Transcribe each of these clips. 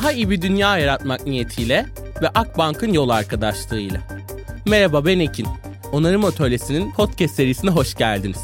Daha iyi bir dünya yaratmak niyetiyle ve Akbank'ın yol arkadaşlığıyla. Merhaba, ben Ekin. Onarım Atölyesi'nin podcast serisine hoş geldiniz.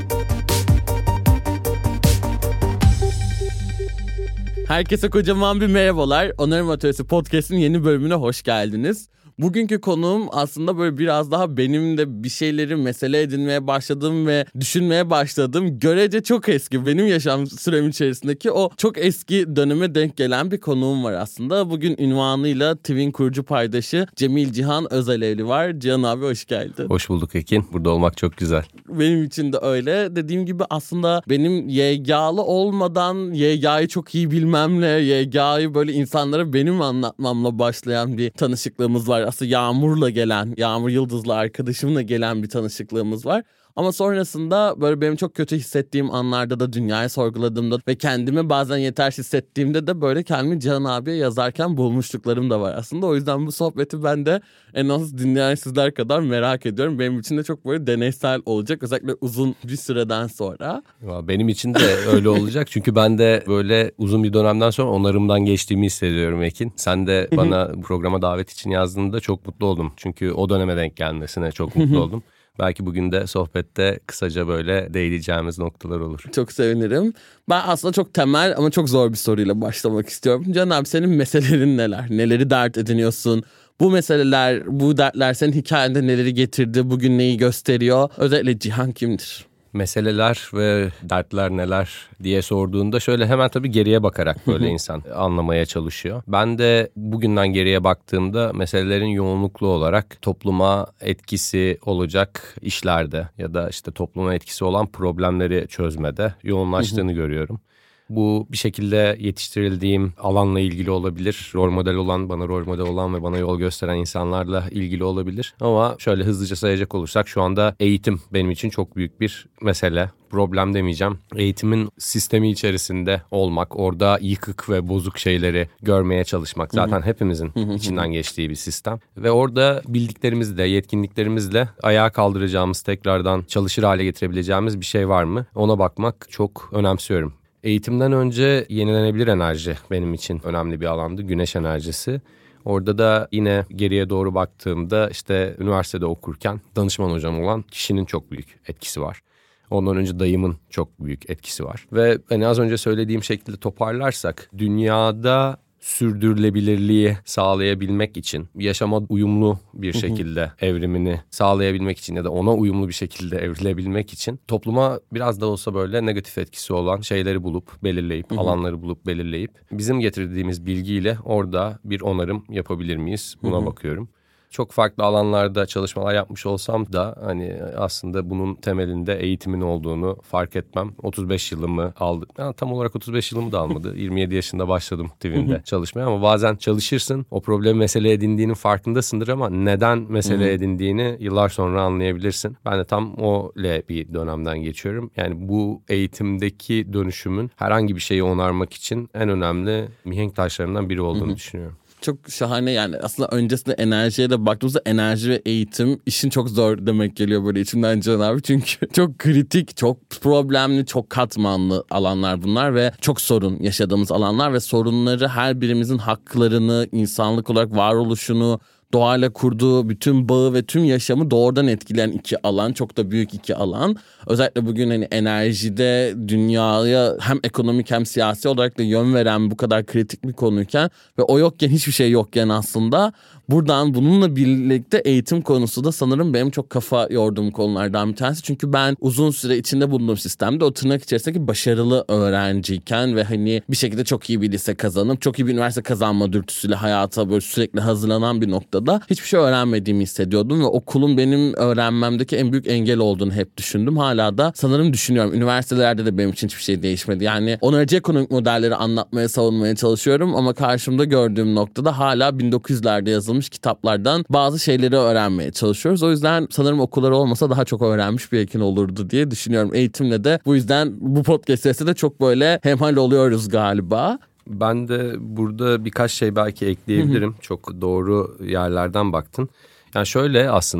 Herkese kocaman bir merhabalar. Onarım Atölyesi podcast'in yeni bölümüne hoş geldiniz. Bugünkü konuğum aslında böyle biraz daha benim de bir şeyleri mesele edinmeye başladığım ve düşünmeye başladığım, görece çok eski, benim yaşam sürem içerisindeki o çok eski döneme denk gelen bir konuğum var aslında. Bugün ünvanıyla TİV'in kurucu paydaşı Cemil Cihan Özalevli var. Cihan abi hoş geldin. Hoş bulduk Ekin. Burada olmak çok güzel. Benim için de öyle. Dediğim gibi aslında benim YGA'lı olmadan YGA'yı çok iyi bilmemle, YGA'yı böyle insanlara benim anlatmamla başlayan bir tanışıklığımız var. Aslında Yağmur'la gelen, Yağmur Yıldız'la arkadaşımla gelen bir tanışıklığımız var. Ama sonrasında böyle benim çok kötü hissettiğim anlarda da, dünyayı sorguladığımda ve kendimi bazen yetersiz hissettiğimde de böyle kendimi Cihan abiye yazarken bulmuşluklarım da var aslında. O yüzden bu sohbeti ben de en az dinleyen sizler kadar merak ediyorum. Benim için de çok böyle deneysel olacak, özellikle uzun bir süreden sonra. Benim için de öyle olacak çünkü ben de böyle uzun bir dönemden sonra onarımdan geçtiğimi hissediyorum Ekin. Sen de bana programa davet için yazdığında çok mutlu oldum. Çünkü o döneme denk gelmesine çok mutlu oldum. Belki bugün de sohbette kısaca böyle değineceğimiz noktalar olur. Çok sevinirim. Ben aslında çok temel ama çok zor bir soruyla başlamak istiyorum. Can abi, senin meselelerin neler? Neleri dert ediniyorsun? Bu meseleler, bu dertler senin hikayende neleri getirdi? Bugün neyi gösteriyor? Özellikle Cihan kimdir? Meseleler ve dertler neler diye sorduğunda şöyle hemen tabii geriye bakarak böyle insan anlamaya çalışıyor. Ben de bugünden geriye baktığımda meselelerin yoğunluklu olarak topluma etkisi olacak işlerde ya da işte topluma etkisi olan problemleri çözmede yoğunlaştığını görüyorum. Bu bir şekilde yetiştirildiğim alanla ilgili olabilir. Rol model olan, bana rol model olan ve bana yol gösteren insanlarla ilgili olabilir. Ama şöyle hızlıca sayacak olursak şu anda eğitim benim için çok büyük bir mesele. Problem demeyeceğim. Eğitimin sistemi içerisinde olmak, orada yıkık ve bozuk şeyleri görmeye çalışmak. Zaten hepimizin içinden geçtiği bir sistem. Ve orada bildiklerimizle, yetkinliklerimizle ayağa kaldıracağımız, tekrardan çalışır hale getirebileceğimiz bir şey var mı? Ona bakmak çok önemsiyorum. Eğitimden önce yenilenebilir enerji benim için önemli bir alandı. Güneş enerjisi. Orada da yine geriye doğru baktığımda işte üniversitede okurken danışman hocam olan kişinin çok büyük etkisi var. Ondan önce dayımın çok büyük etkisi var. Ve hani az önce söylediğim şekilde toparlarsak dünyada sürdürülebilirliği sağlayabilmek için, yaşama uyumlu bir şekilde evrimini sağlayabilmek için ya da ona uyumlu bir şekilde evrilebilmek için topluma biraz da olsa böyle negatif etkisi olan şeyleri bulup belirleyip, alanları bulup belirleyip bizim getirdiğimiz bilgiyle orada bir onarım yapabilir miyiz? Buna bakıyorum. Çok farklı alanlarda çalışmalar yapmış olsam da hani aslında bunun temelinde eğitimin olduğunu fark etmem. 35 yılımı aldı. Yani tam olarak 35 yılımı da almadı. 27 yaşında başladım TİV'inde çalışmaya ama bazen çalışırsın. O problemi mesele edindiğinin farkındasındır ama neden mesele edindiğini yıllar sonra anlayabilirsin. Ben de tam öyle bir dönemden geçiyorum. Yani bu eğitimdeki dönüşümün herhangi bir şeyi onarmak için en önemli mihenk taşlarından biri olduğunu düşünüyorum. Çok şahane, yani aslında öncesinde enerjiye de baktığımızda enerji ve eğitim işin çok zor demek geliyor böyle içimden Can abi. Çünkü çok kritik, çok problemli, çok katmanlı alanlar bunlar ve çok sorun yaşadığımız alanlar ve sorunları, her birimizin haklarını, insanlık olarak varoluşunu, doğayla kurduğu bütün bağı ve tüm yaşamı doğrudan etkileyen iki alan. Çok da büyük iki alan. Özellikle bugün hani enerjide dünyaya hem ekonomik hem siyasi olarak da yön veren bu kadar kritik bir konuyken ve o yokken, hiçbir şey yokken aslında buradan bununla birlikte eğitim konusu da sanırım benim çok kafa yorduğum konulardan bir tanesi. Çünkü ben uzun süre içinde bulunduğum sistemde o tırnak içerisindeki başarılı öğrenciyken ve hani bir şekilde çok iyi bir lise kazanıp çok iyi bir üniversite kazanma dürtüsüyle hayata böyle sürekli hazırlanan bir noktada hiçbir şey öğrenmediğimi hissediyordum ve okulun benim öğrenmemdeki en büyük engel olduğunu hep düşündüm. Hala da sanırım düşünüyorum. Üniversitelerde de benim için hiçbir şey değişmedi. Yani onarıcı ekonomik modelleri anlatmaya, savunmaya çalışıyorum ama karşımda gördüğüm noktada hala 1900'lerde yazılmış kitaplardan bazı şeyleri öğrenmeye çalışıyoruz. O yüzden sanırım okulları olmasa daha çok öğrenmiş bir Ekin olurdu diye düşünüyorum. Eğitimle de bu yüzden bu podcast serisinde çok böyle hemhal oluyoruz galiba. Ben de burada birkaç şey belki ekleyebilirim. Çok doğru yerlerden baktın. Yani şöyle aslında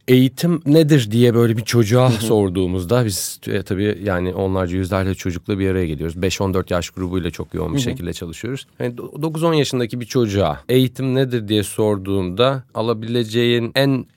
Eğitim nedir diye böyle bir çocuğa sorduğumuzda biz tabii yani onlarca yüzlerce çocukla bir araya geliyoruz. 5-14 yaş grubuyla çok yoğun bir şekilde çalışıyoruz. Yani 9-10 yaşındaki bir çocuğa eğitim nedir diye sorduğunda alabileceğin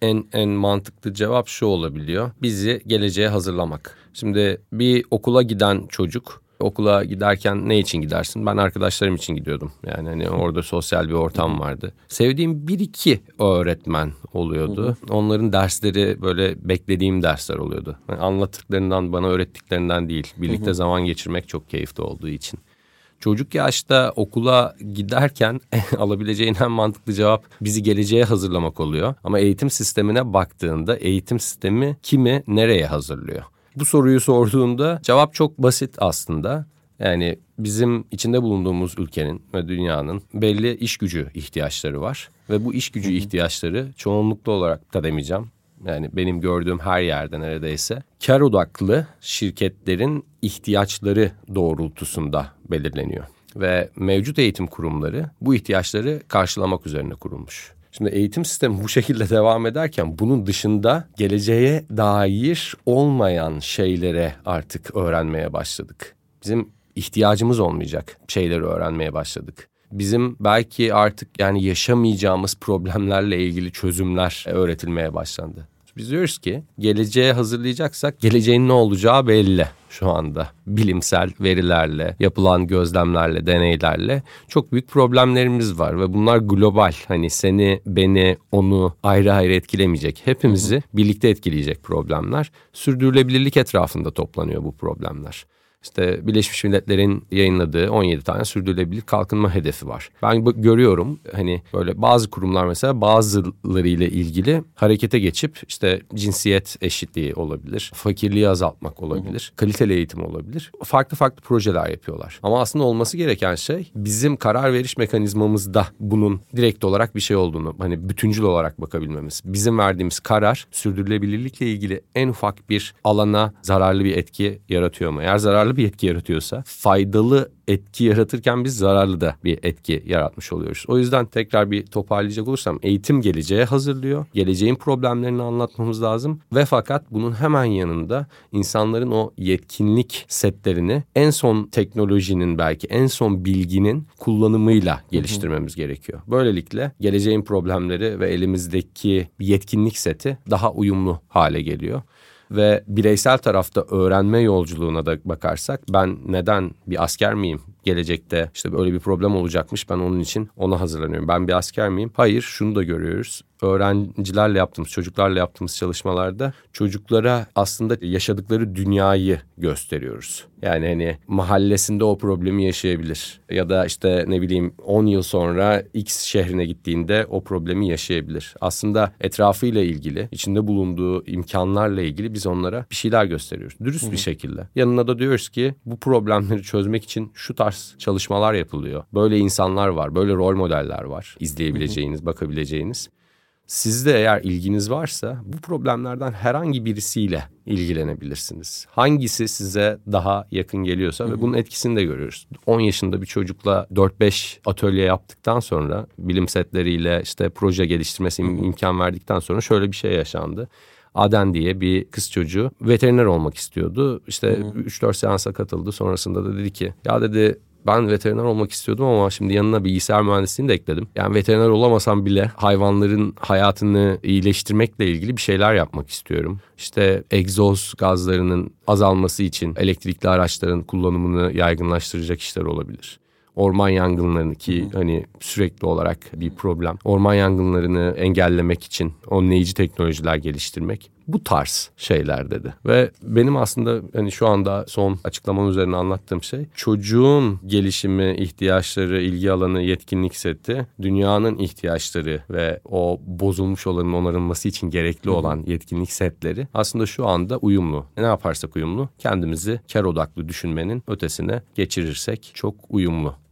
en mantıklı cevap şu olabiliyor: bizi geleceğe hazırlamak. Şimdi bir okula giden çocuk, okula giderken ne için gidersin? Ben arkadaşlarım için gidiyordum. Yani hani orada sosyal bir ortam vardı. Sevdiğim 1-2 öğretmen oluyordu. Onların dersleri böyle beklediğim dersler oluyordu. Yani anlattıklarından, bana öğrettiklerinden değil. Birlikte zaman geçirmek çok keyifli olduğu için. Çocuk yaşta okula giderken alabileceğin en mantıklı cevap bizi geleceğe hazırlamak oluyor. Ama eğitim sistemine baktığında eğitim sistemi kimi nereye hazırlıyor? Bu soruyu sorduğunda cevap çok basit aslında. Yani bizim içinde bulunduğumuz ülkenin ve dünyanın belli iş gücü ihtiyaçları var. Ve bu iş gücü ihtiyaçları çoğunlukla olarak da demeyeceğim. Yani benim gördüğüm her yerde neredeyse kar odaklı şirketlerin ihtiyaçları doğrultusunda belirleniyor. Ve mevcut eğitim kurumları bu ihtiyaçları karşılamak üzerine kurulmuş. Şimdi eğitim sistemi bu şekilde devam ederken bunun dışında geleceğe dair olmayan şeylere artık öğrenmeye başladık. Bizim ihtiyacımız olmayacak şeyleri öğrenmeye başladık. Bizim belki artık yani yaşamayacağımız problemlerle ilgili çözümler öğretilmeye başlandı. Biz diyoruz ki geleceğe hazırlayacaksak geleceğin ne olacağı belli şu anda. Bilimsel verilerle, yapılan gözlemlerle, deneylerle çok büyük problemlerimiz var ve bunlar global. Hani seni, beni, onu ayrı ayrı etkilemeyecek. Hepimizi birlikte etkileyecek problemler. Sürdürülebilirlik etrafında toplanıyor bu problemler. İşte Birleşmiş Milletler'in yayınladığı 17 tane sürdürülebilir kalkınma hedefi var. Ben görüyorum hani böyle bazı kurumlar mesela bazılarıyla ilgili harekete geçip işte cinsiyet eşitliği olabilir, fakirliği azaltmak olabilir, kaliteli eğitim olabilir. Farklı farklı projeler yapıyorlar. Ama aslında olması gereken şey bizim karar veriş mekanizmamızda bunun direkt olarak bir şey olduğunu, hani bütüncül olarak bakabilmemiz. Bizim verdiğimiz karar sürdürülebilirlikle ilgili en ufak bir alana zararlı bir etki yaratıyor mu? Eğer zararlı bir etki yaratıyorsa faydalı etki yaratırken biz zararlı da bir etki yaratmış oluyoruz. O yüzden tekrar bir toparlayacak olursam eğitim geleceğe hazırlıyor. Geleceğin problemlerini anlatmamız lazım ve fakat bunun hemen yanında insanların o yetkinlik setlerini en son teknolojinin belki en son bilginin kullanımıyla geliştirmemiz gerekiyor. Böylelikle geleceğin problemleri ve elimizdeki yetkinlik seti daha uyumlu hale geliyor. Ve bireysel tarafta öğrenme yolculuğuna da bakarsak ben neden bir asker miyim? Gelecekte işte böyle bir problem olacakmış, ben onun için ona hazırlanıyorum. Ben bir asker miyim? Hayır, şunu da görüyoruz. Öğrencilerle yaptığımız, çocuklarla yaptığımız çalışmalarda çocuklara aslında yaşadıkları dünyayı gösteriyoruz. Yani hani mahallesinde o problemi yaşayabilir. Ya da işte ne bileyim 10 yıl sonra X şehrine gittiğinde o problemi yaşayabilir. Aslında etrafıyla ilgili, içinde bulunduğu imkanlarla ilgili biz onlara bir şeyler gösteriyoruz. Dürüst bir şekilde. Yanına da diyoruz ki bu problemleri çözmek için şu tarz çalışmalar yapılıyor. Böyle insanlar var, böyle rol modeller var. İzleyebileceğiniz, bakabileceğiniz. Sizde eğer ilginiz varsa bu problemlerden herhangi birisiyle ilgilenebilirsiniz. Hangisi size daha yakın geliyorsa ve bunun etkisini de görüyoruz. 10 yaşında bir çocukla 4-5 atölye yaptıktan sonra bilim setleriyle işte proje geliştirmesi imkan verdikten sonra şöyle bir şey yaşandı. Aden diye bir kız çocuğu veteriner olmak istiyordu. İşte 3-4 seansa katıldı. Sonrasında da dedi ki ya dedi ben veteriner olmak istiyordum ama şimdi yanına bilgisayar mühendisliğini de ekledim. Yani veteriner olamasam bile hayvanların hayatını iyileştirmekle ilgili bir şeyler yapmak istiyorum. İşte egzoz gazlarının azalması için elektrikli araçların kullanımını yaygınlaştıracak işler olabilir. Orman yangınlarını ki hani sürekli olarak bir problem. Orman yangınlarını engellemek için önleyici teknolojiler geliştirmek. Bu tarz şeyler dedi. Ve benim aslında hani şu anda son açıklamam üzerine anlattığım şey çocuğun gelişimi, ihtiyaçları, ilgi alanı, yetkinlik seti, dünyanın ihtiyaçları ve o bozulmuş olanın onarılması için gerekli olan yetkinlik setleri aslında şu anda uyumlu. Ne yaparsak uyumlu, kendimizi kar odaklı düşünmenin ötesine geçirirsek çok uyumlu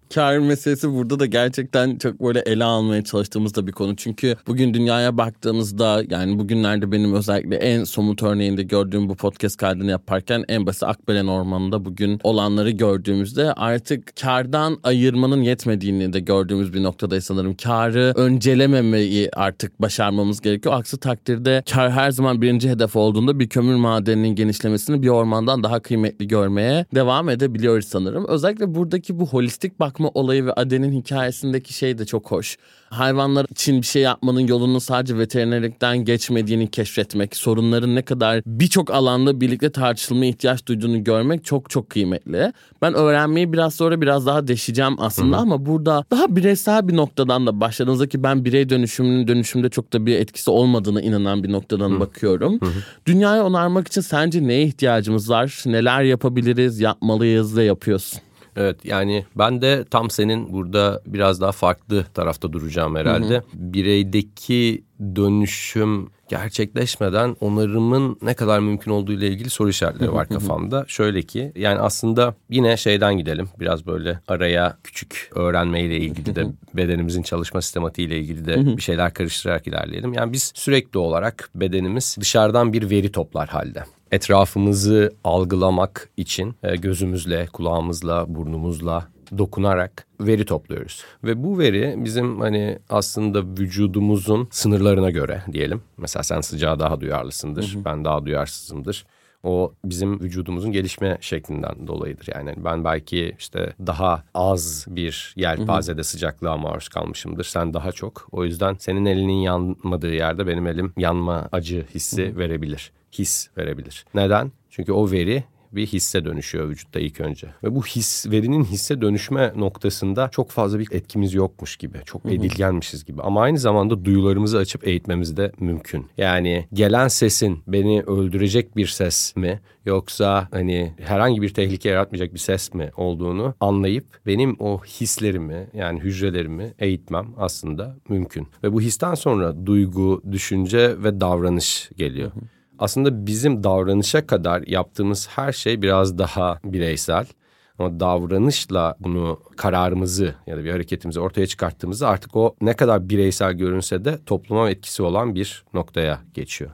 Kar meselesi burada da gerçekten çok böyle ele almaya çalıştığımız da bir konu. Çünkü bugün dünyaya baktığımızda, yani bugünlerde benim özellikle en somut örneğinde gördüğüm bu podcast kaydını yaparken en basit Akbelen Ormanı'nda bugün olanları gördüğümüzde artık kardan ayırmanın yetmediğini de gördüğümüz bir noktadayız sanırım. Karı öncelememeyi artık başarmamız gerekiyor. Aksi takdirde kar her zaman birinci hedef olduğunda bir kömür madeninin genişlemesini bir ormandan daha kıymetli görmeye devam edebiliyoruz sanırım. Özellikle buradaki bu holistik bakma olayı ve Aden'in hikayesindeki şey de çok hoş. Hayvanlar için bir şey yapmanın yolunun sadece veterinerlikten geçmediğini keşfetmek, sorunların ne kadar birçok alanda birlikte tartışılmaya ihtiyaç duyduğunu görmek çok çok kıymetli. Ben öğrenmeyi biraz sonra biraz daha deşeceğim aslında ama burada daha bireysel bir noktadan da başladığınızda ki ben birey dönüşümünün dönüşümde çok da bir etkisi olmadığına inanan bir noktadan bakıyorum. Dünyayı onarmak için sence neye ihtiyacımız var? Neler yapabiliriz, yapmalıyız ve yapıyorsun? Evet, yani ben de tam senin burada biraz daha farklı tarafta duracağım herhalde. Bireydeki dönüşüm gerçekleşmeden onarımın ne kadar mümkün olduğu ile ilgili soru işaretleri var kafamda. Şöyle ki, yani aslında yine şeyden gidelim. Biraz böyle araya küçük öğrenmeyle ilgili de bedenimizin çalışma sistematiğiyle ilgili de bir şeyler karıştırarak ilerleyelim. Yani biz sürekli olarak bedenimiz dışarıdan bir veri toplar halde. Etrafımızı algılamak için gözümüzle, kulağımızla, burnumuzla dokunarak veri topluyoruz. Ve bu veri bizim hani aslında vücudumuzun sınırlarına göre diyelim. Mesela sen sıcağa daha duyarlısındır, ben daha duyarsızımdır. O bizim vücudumuzun gelişme şeklinden dolayıdır. Yani ben belki işte daha az bir yelpazede sıcaklığa maruz kalmışımdır. Sen daha çok. O yüzden senin elinin yanmadığı yerde benim elim yanma acı hissi verebilir. His verebilir. Neden? Çünkü o veri bir hisse dönüşüyor vücutta ilk önce. Ve bu verinin hisse dönüşme noktasında çok fazla bir etkimiz yokmuş gibi. Çok edilgenmişiz gibi. Ama aynı zamanda duyularımızı açıp eğitmemiz de mümkün. Yani gelen sesin beni öldürecek bir ses mi yoksa hani herhangi bir tehlike yaratmayacak bir ses mi olduğunu anlayıp benim o hislerimi, yani hücrelerimi eğitmem aslında mümkün. Ve bu histen sonra duygu, düşünce ve davranış geliyor. Aslında bizim davranışa kadar yaptığımız her şey biraz daha bireysel. Ama davranışla bunu, kararımızı ya da bir hareketimizi ortaya çıkarttığımızda artık o ne kadar bireysel görünse de topluma etkisi olan bir noktaya geçiyor.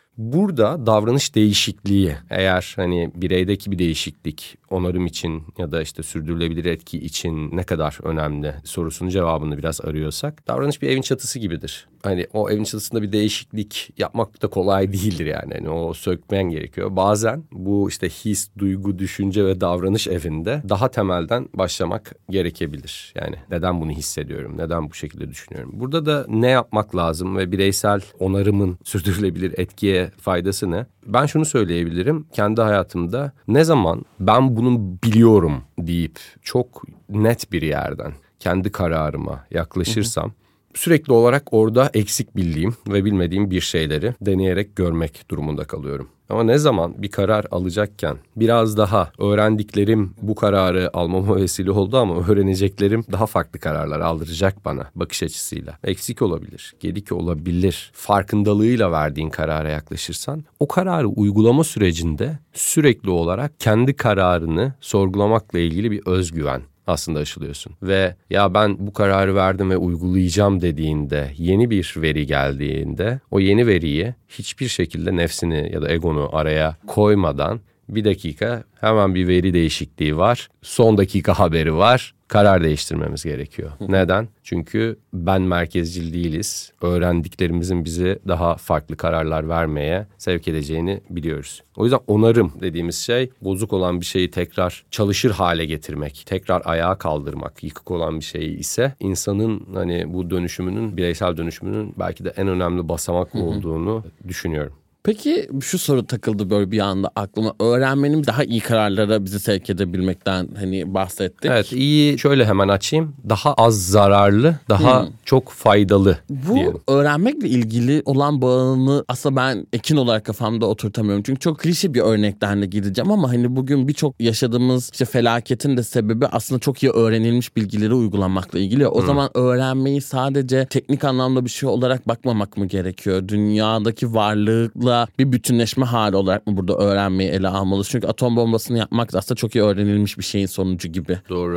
Burada davranış değişikliği, eğer hani bireydeki bir değişiklik onarım için ya da işte sürdürülebilir etki için ne kadar önemli sorusunun cevabını biraz arıyorsak, davranış bir evin çatısı gibidir. Hani o evin çatısında bir değişiklik yapmak da kolay değildir yani. Hani o sökmen gerekiyor. Bazen bu işte his, duygu, düşünce ve davranış evinde daha temelden başlamak gerekebilir. Yani neden bunu hissediyorum, neden bu şekilde düşünüyorum? Burada da ne yapmak lazım ve bireysel onarımın sürdürülebilir etkiye faydası ne? Ben şunu söyleyebilirim. Kendi hayatımda ne zaman ben bunu biliyorum deyip çok net bir yerden kendi kararıma yaklaşırsam sürekli olarak orada eksik bildiğim ve bilmediğim bir şeyleri deneyerek görmek durumunda kalıyorum. Ama ne zaman bir karar alacakken biraz daha öğrendiklerim bu kararı almama vesile oldu ama öğreneceklerim daha farklı kararlar aldıracak bana bakış açısıyla. Eksik olabilir, gedik olabilir. Farkındalığıyla verdiğin karara yaklaşırsan o kararı uygulama sürecinde sürekli olarak kendi kararını sorgulamakla ilgili bir özgüven aslında aşılıyorsun. Ve ya ben bu kararı verdim ve uygulayacağım dediğinde, yeni bir veri geldiğinde o yeni veriyi hiçbir şekilde nefsini ya da egonu araya koymadan bir dakika hemen bir veri değişikliği var. Son dakika haberi var. Karar değiştirmemiz gerekiyor. Neden? Çünkü ben merkezcil değiliz. Öğrendiklerimizin bizi daha farklı kararlar vermeye sevk edeceğini biliyoruz. O yüzden onarım dediğimiz şey bozuk olan bir şeyi tekrar çalışır hale getirmek, tekrar ayağa kaldırmak. Yıkık olan bir şey ise insanın hani bu dönüşümünün, bireysel dönüşümünün belki de en önemli basamak olduğunu düşünüyorum. Peki şu soru takıldı böyle bir anda aklıma. Öğrenmenin daha iyi kararlara bizi sevk edebilmekten hani bahsettik. Evet, iyi şöyle hemen açayım. Daha az zararlı, daha çok faydalı bu diyelim. Öğrenmekle ilgili olan bağını aslında ben ekin olarak kafamda oturtamıyorum. Çünkü çok klişe bir örnekten de gideceğim ama hani bugün birçok yaşadığımız işte felaketin de sebebi aslında çok iyi öğrenilmiş bilgileri uygulamakla ilgili. O zaman öğrenmeyi sadece teknik anlamda bir şey olarak bakmamak mı gerekiyor? Dünyadaki varlıkla bir bütünleşme hali olarak mı burada öğrenmeyi ele almalıyız? Çünkü atom bombasını yapmak da aslında çok iyi öğrenilmiş bir şeyin sonucu gibi. Doğru.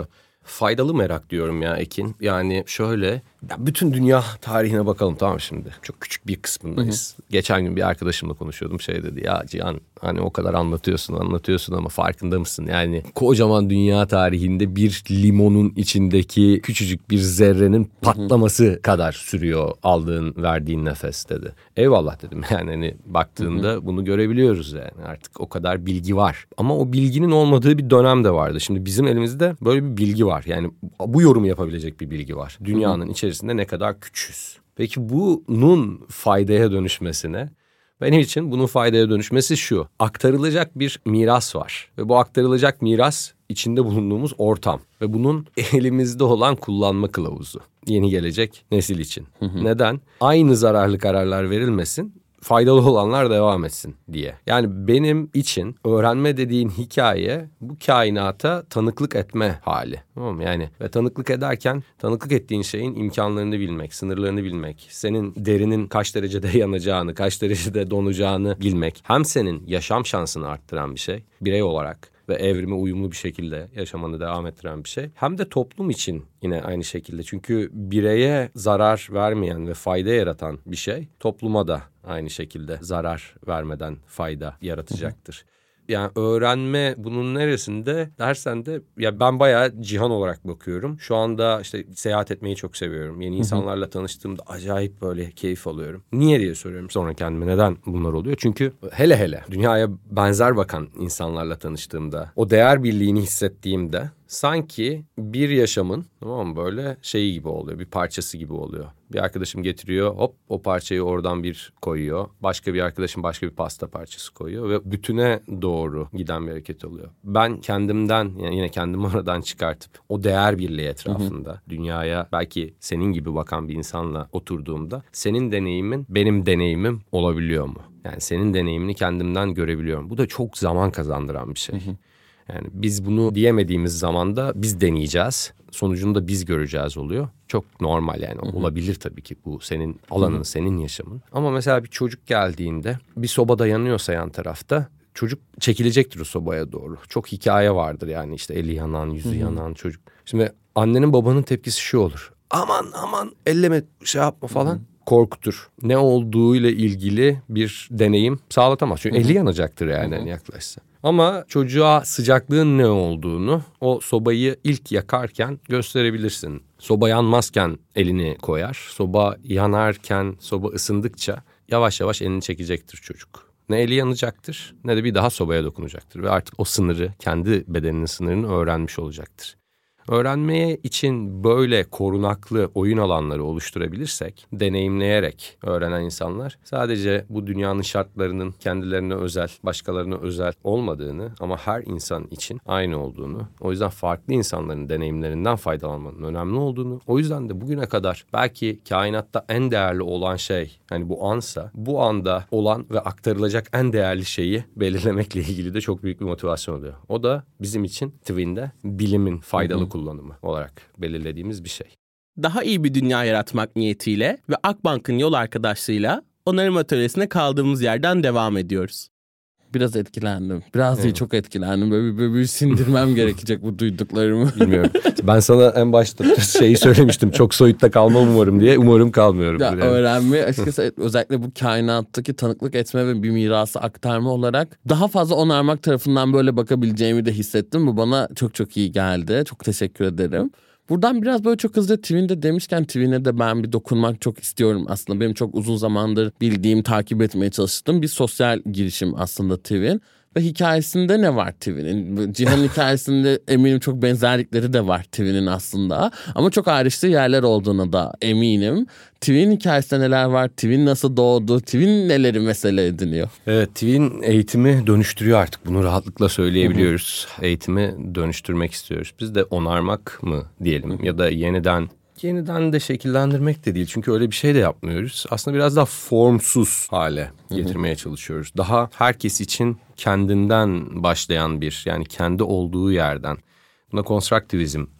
Faydalı merak diyorum ya Ekin. Yani şöyle, bütün dünya tarihine bakalım, tamam şimdi. Çok küçük bir kısmındayız. Geçen gün bir arkadaşımla konuşuyordum, şey dedi ya Cihan, hani o kadar anlatıyorsun ama farkında mısın? Yani kocaman dünya tarihinde bir limonun içindeki küçücük bir zerrenin patlaması kadar sürüyor aldığın, verdiğin nefes dedi. Eyvallah dedim, yani hani baktığında bunu görebiliyoruz yani, artık o kadar bilgi var. Ama o bilginin olmadığı bir dönem de vardı. Şimdi bizim elimizde böyle bir bilgi var. Yani bu yorumu yapabilecek bir bilgi var. Dünyanın içerisinde ne kadar küçüğüz. Peki bunun faydaya dönüşmesine, benim için bunun faydaya dönüşmesi şu: aktarılacak bir miras var. Ve bu aktarılacak miras içinde bulunduğumuz ortam. Ve bunun elimizde olan kullanma kılavuzu. Yeni gelecek nesil için. Neden? Aynı zararlı kararlar verilmesin, faydalı olanlar devam etsin diye. Yani benim için öğrenme dediğin hikaye bu kainata tanıklık etme hali. Tamam mı? Yani ve tanıklık ederken tanıklık ettiğin şeyin imkanlarını bilmek, sınırlarını bilmek, senin derinin kaç derecede yanacağını, kaç derecede donacağını bilmek. Hem senin yaşam şansını arttıran bir şey birey olarak ve evrime uyumlu bir şekilde yaşamanı devam ettiren bir şey. Hem de toplum için yine aynı şekilde. Çünkü bireye zarar vermeyen ve fayda yaratan bir şey topluma da aynı şekilde zarar vermeden fayda yaratacaktır. Yani öğrenme bunun neresinde dersen de, ya ben bayağı Cihan olarak bakıyorum. Şu anda işte seyahat etmeyi çok seviyorum. Yeni insanlarla tanıştığımda acayip böyle keyif alıyorum. Niye diye soruyorum sonra kendime, neden bunlar oluyor? Çünkü hele dünyaya benzer bakan insanlarla tanıştığımda, o değer birliğini hissettiğimde sanki bir yaşamın, tamam mı, böyle şeyi gibi oluyor, bir parçası gibi oluyor. Bir arkadaşım getiriyor, hop o parçayı oradan bir koyuyor. Başka bir arkadaşım başka bir pasta parçası koyuyor ve bütüne doğru giden bir hareket oluyor. Ben kendimden, yani yine kendimi aradan çıkartıp o değer birliği etrafında dünyaya belki senin gibi bakan bir insanla oturduğumda senin deneyimin benim deneyimim olabiliyor mu? Yani senin deneyimini kendimden görebiliyorum. Bu da çok zaman kazandıran bir şey. Yani biz bunu diyemediğimiz zaman da biz deneyeceğiz. Sonucunu da biz göreceğiz oluyor. Çok normal yani. Olabilir tabii ki, bu senin alanın, senin yaşamın. Ama mesela bir çocuk geldiğinde bir sobada yanıyorsa yan tarafta, çocuk çekilecektir o sobaya doğru. Çok hikaye vardır yani, işte eli yanan, yüzü yanan çocuk. Şimdi annenin babanın tepkisi şu olur: aman elleme, şey yapma falan. Korkutur. Ne olduğuyla ilgili bir deneyim sağlatamaz. Çünkü eli yanacaktır yani yaklaşsa. Ama çocuğa sıcaklığın ne olduğunu o sobayı ilk yakarken gösterebilirsin. Soba yanmazken elini koyar. Soba yanarken, soba ısındıkça yavaş yavaş elini çekecektir çocuk. Ne eli yanacaktır ne de bir daha sobaya dokunacaktır. Ve artık o sınırı, kendi bedeninin sınırını öğrenmiş olacaktır. Öğrenmeye için böyle korunaklı oyun alanları oluşturabilirsek, deneyimleyerek öğrenen insanlar sadece bu dünyanın şartlarının kendilerine özel, başkalarına özel olmadığını ama her insan için aynı olduğunu, o yüzden farklı insanların deneyimlerinden faydalanmanın önemli olduğunu, o yüzden de bugüne kadar belki kainatta en değerli olan şey, hani bu ansa, bu anda olan ve aktarılacak en değerli şeyi belirlemekle ilgili de çok büyük bir motivasyon oluyor. O da bizim için Twin'de bilimin faydalı kullanımı olarak belirlediğimiz bir şey. Daha iyi bir dünya yaratmak niyetiyle ve Akbank'ın yol arkadaşlığıyla onarım atölyesine kaldığımız yerden devam ediyoruz. Biraz etkilendim. Biraz değil, çok etkilendim. Böyle bir sindirmem gerekecek bu duyduklarımı. Bilmiyorum. Ben sana en başta şeyi söylemiştim. Çok soyutta kalmam umarım diye. Umarım kalmıyorum. Ya, öğrenme açıkçası özellikle bu kainattaki tanıklık etme ve bir mirası aktarma olarak daha fazla onarmak tarafından böyle bakabileceğimi de hissettim. Bu bana çok iyi geldi. Çok teşekkür ederim. Buradan biraz böyle çok hızlı Twin'de demişken, Twin'e de ben bir dokunmak çok istiyorum aslında. Benim çok uzun zamandır bildiğim, takip etmeye çalıştığım bir sosyal girişim aslında Twin. Ve hikayesinde ne var Twin'in? Cihan'ın hikayesinde eminim çok benzerlikleri de var Twin'in aslında. Ama çok ayrıştığı yerler olduğuna da eminim. Twin hikayesinde neler var? Twin nasıl doğdu? Twin neleri mesele ediniyor? Evet, Twin eğitimi dönüştürüyor artık. Bunu rahatlıkla söyleyebiliyoruz. Eğitimi dönüştürmek istiyoruz. Biz de onarmak mı diyelim ya da yeniden de şekillendirmek de değil. Çünkü öyle bir şey de yapmıyoruz. Aslında biraz daha formsuz hale getirmeye çalışıyoruz. Daha herkes için kendinden başlayan bir, yani kendi olduğu yerden. Buna konstruktivizm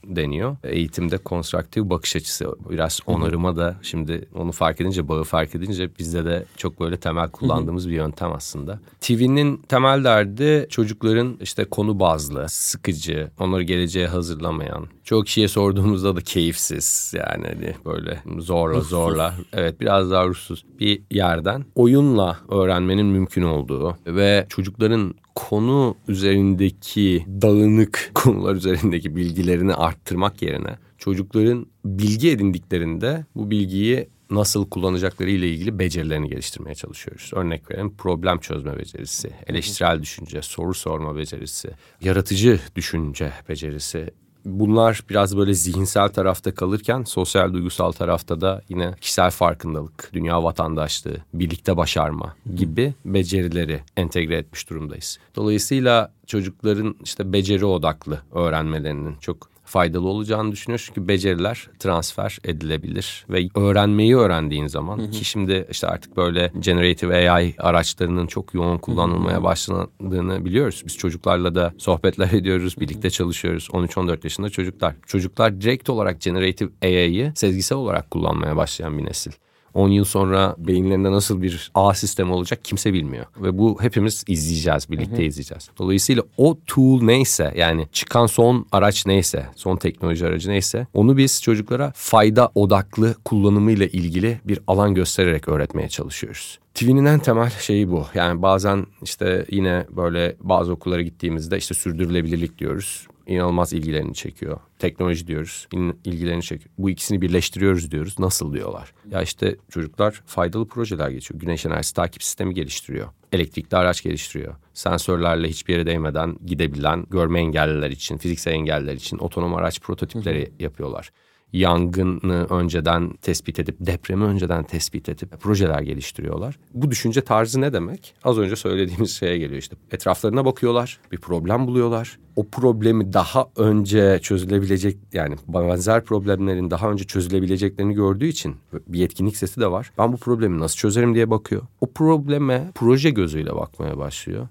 deniyor. Eğitimde konstruktif bakış açısı, biraz onarıma da şimdi onu fark edince, bağı fark edince bizde de çok böyle temel kullandığımız bir yöntem aslında. TV'nin temel derdi çocukların işte konu bazlı, sıkıcı, onları geleceğe hazırlamayan, çoğu kişiye sorduğumuzda da keyifsiz, yani hani böyle zorla evet biraz daha ruhsuz bir yerden oyunla öğrenmenin mümkün olduğu ve çocukların konu üzerindeki dağınık konular üzerindeki bilgilerini arttırmak yerine çocukların bilgi edindiklerinde bu bilgiyi nasıl kullanacakları ile ilgili becerilerini geliştirmeye çalışıyoruz. Örnek verelim, problem çözme becerisi, eleştirel düşünce, soru sorma becerisi, yaratıcı düşünce becerisi. Bunlar biraz böyle zihinsel tarafta kalırken sosyal duygusal tarafta da yine kişisel farkındalık, dünya vatandaşlığı, birlikte başarma gibi becerileri entegre etmiş durumdayız. Dolayısıyla çocukların işte beceri odaklı öğrenmelerinin çok faydalı olacağını düşünüyoruz. Çünkü beceriler transfer edilebilir ve öğrenmeyi öğrendiğin zaman ki şimdi işte artık böyle generative AI araçlarının çok yoğun kullanılmaya başlandığını biliyoruz. Biz çocuklarla da sohbetler ediyoruz, birlikte çalışıyoruz. 13-14 yaşında çocuklar. Çocuklar direkt olarak generative AI'yı sezgisel olarak kullanmaya başlayan bir nesil. 10 yıl sonra beyinlerinde nasıl bir ağ sistemi olacak kimse bilmiyor. Ve bu hepimiz izleyeceğiz, birlikte izleyeceğiz. Dolayısıyla o tool neyse, yani çıkan son araç neyse, son teknoloji aracı neyse, onu biz çocuklara fayda odaklı kullanımıyla ilgili bir alan göstererek öğretmeye çalışıyoruz. TV'nin en temel şeyi bu. Yani bazen işte yine böyle bazı okullara gittiğimizde işte sürdürülebilirlik diyoruz. İnanılmaz ilgilerini çekiyor. Teknoloji diyoruz, ilgilerini çekiyor. Bu ikisini birleştiriyoruz diyoruz. Nasıl diyorlar? Ya işte çocuklar faydalı projeler geçiyor. Güneş enerjisi takip sistemi geliştiriyor. Elektrikli araç geliştiriyor. Sensörlerle hiçbir yere değmeden gidebilen, görme engelliler için, fiziksel engelliler için otonom araç prototipleri yapıyorlar. Yangını önceden tespit edip, depremi önceden tespit edip projeler geliştiriyorlar. Bu düşünce tarzı ne demek? Az önce söylediğimiz şeye geliyor işte. Etraflarına bakıyorlar, bir problem buluyorlar. O problemi daha önce çözülebilecek, yani benzer problemlerin daha önce çözülebileceklerini gördüğü için bir yetkinlik sesi de var. Ben bu problemi nasıl çözerim diye bakıyor. O probleme proje gözüyle bakmaya başlıyor.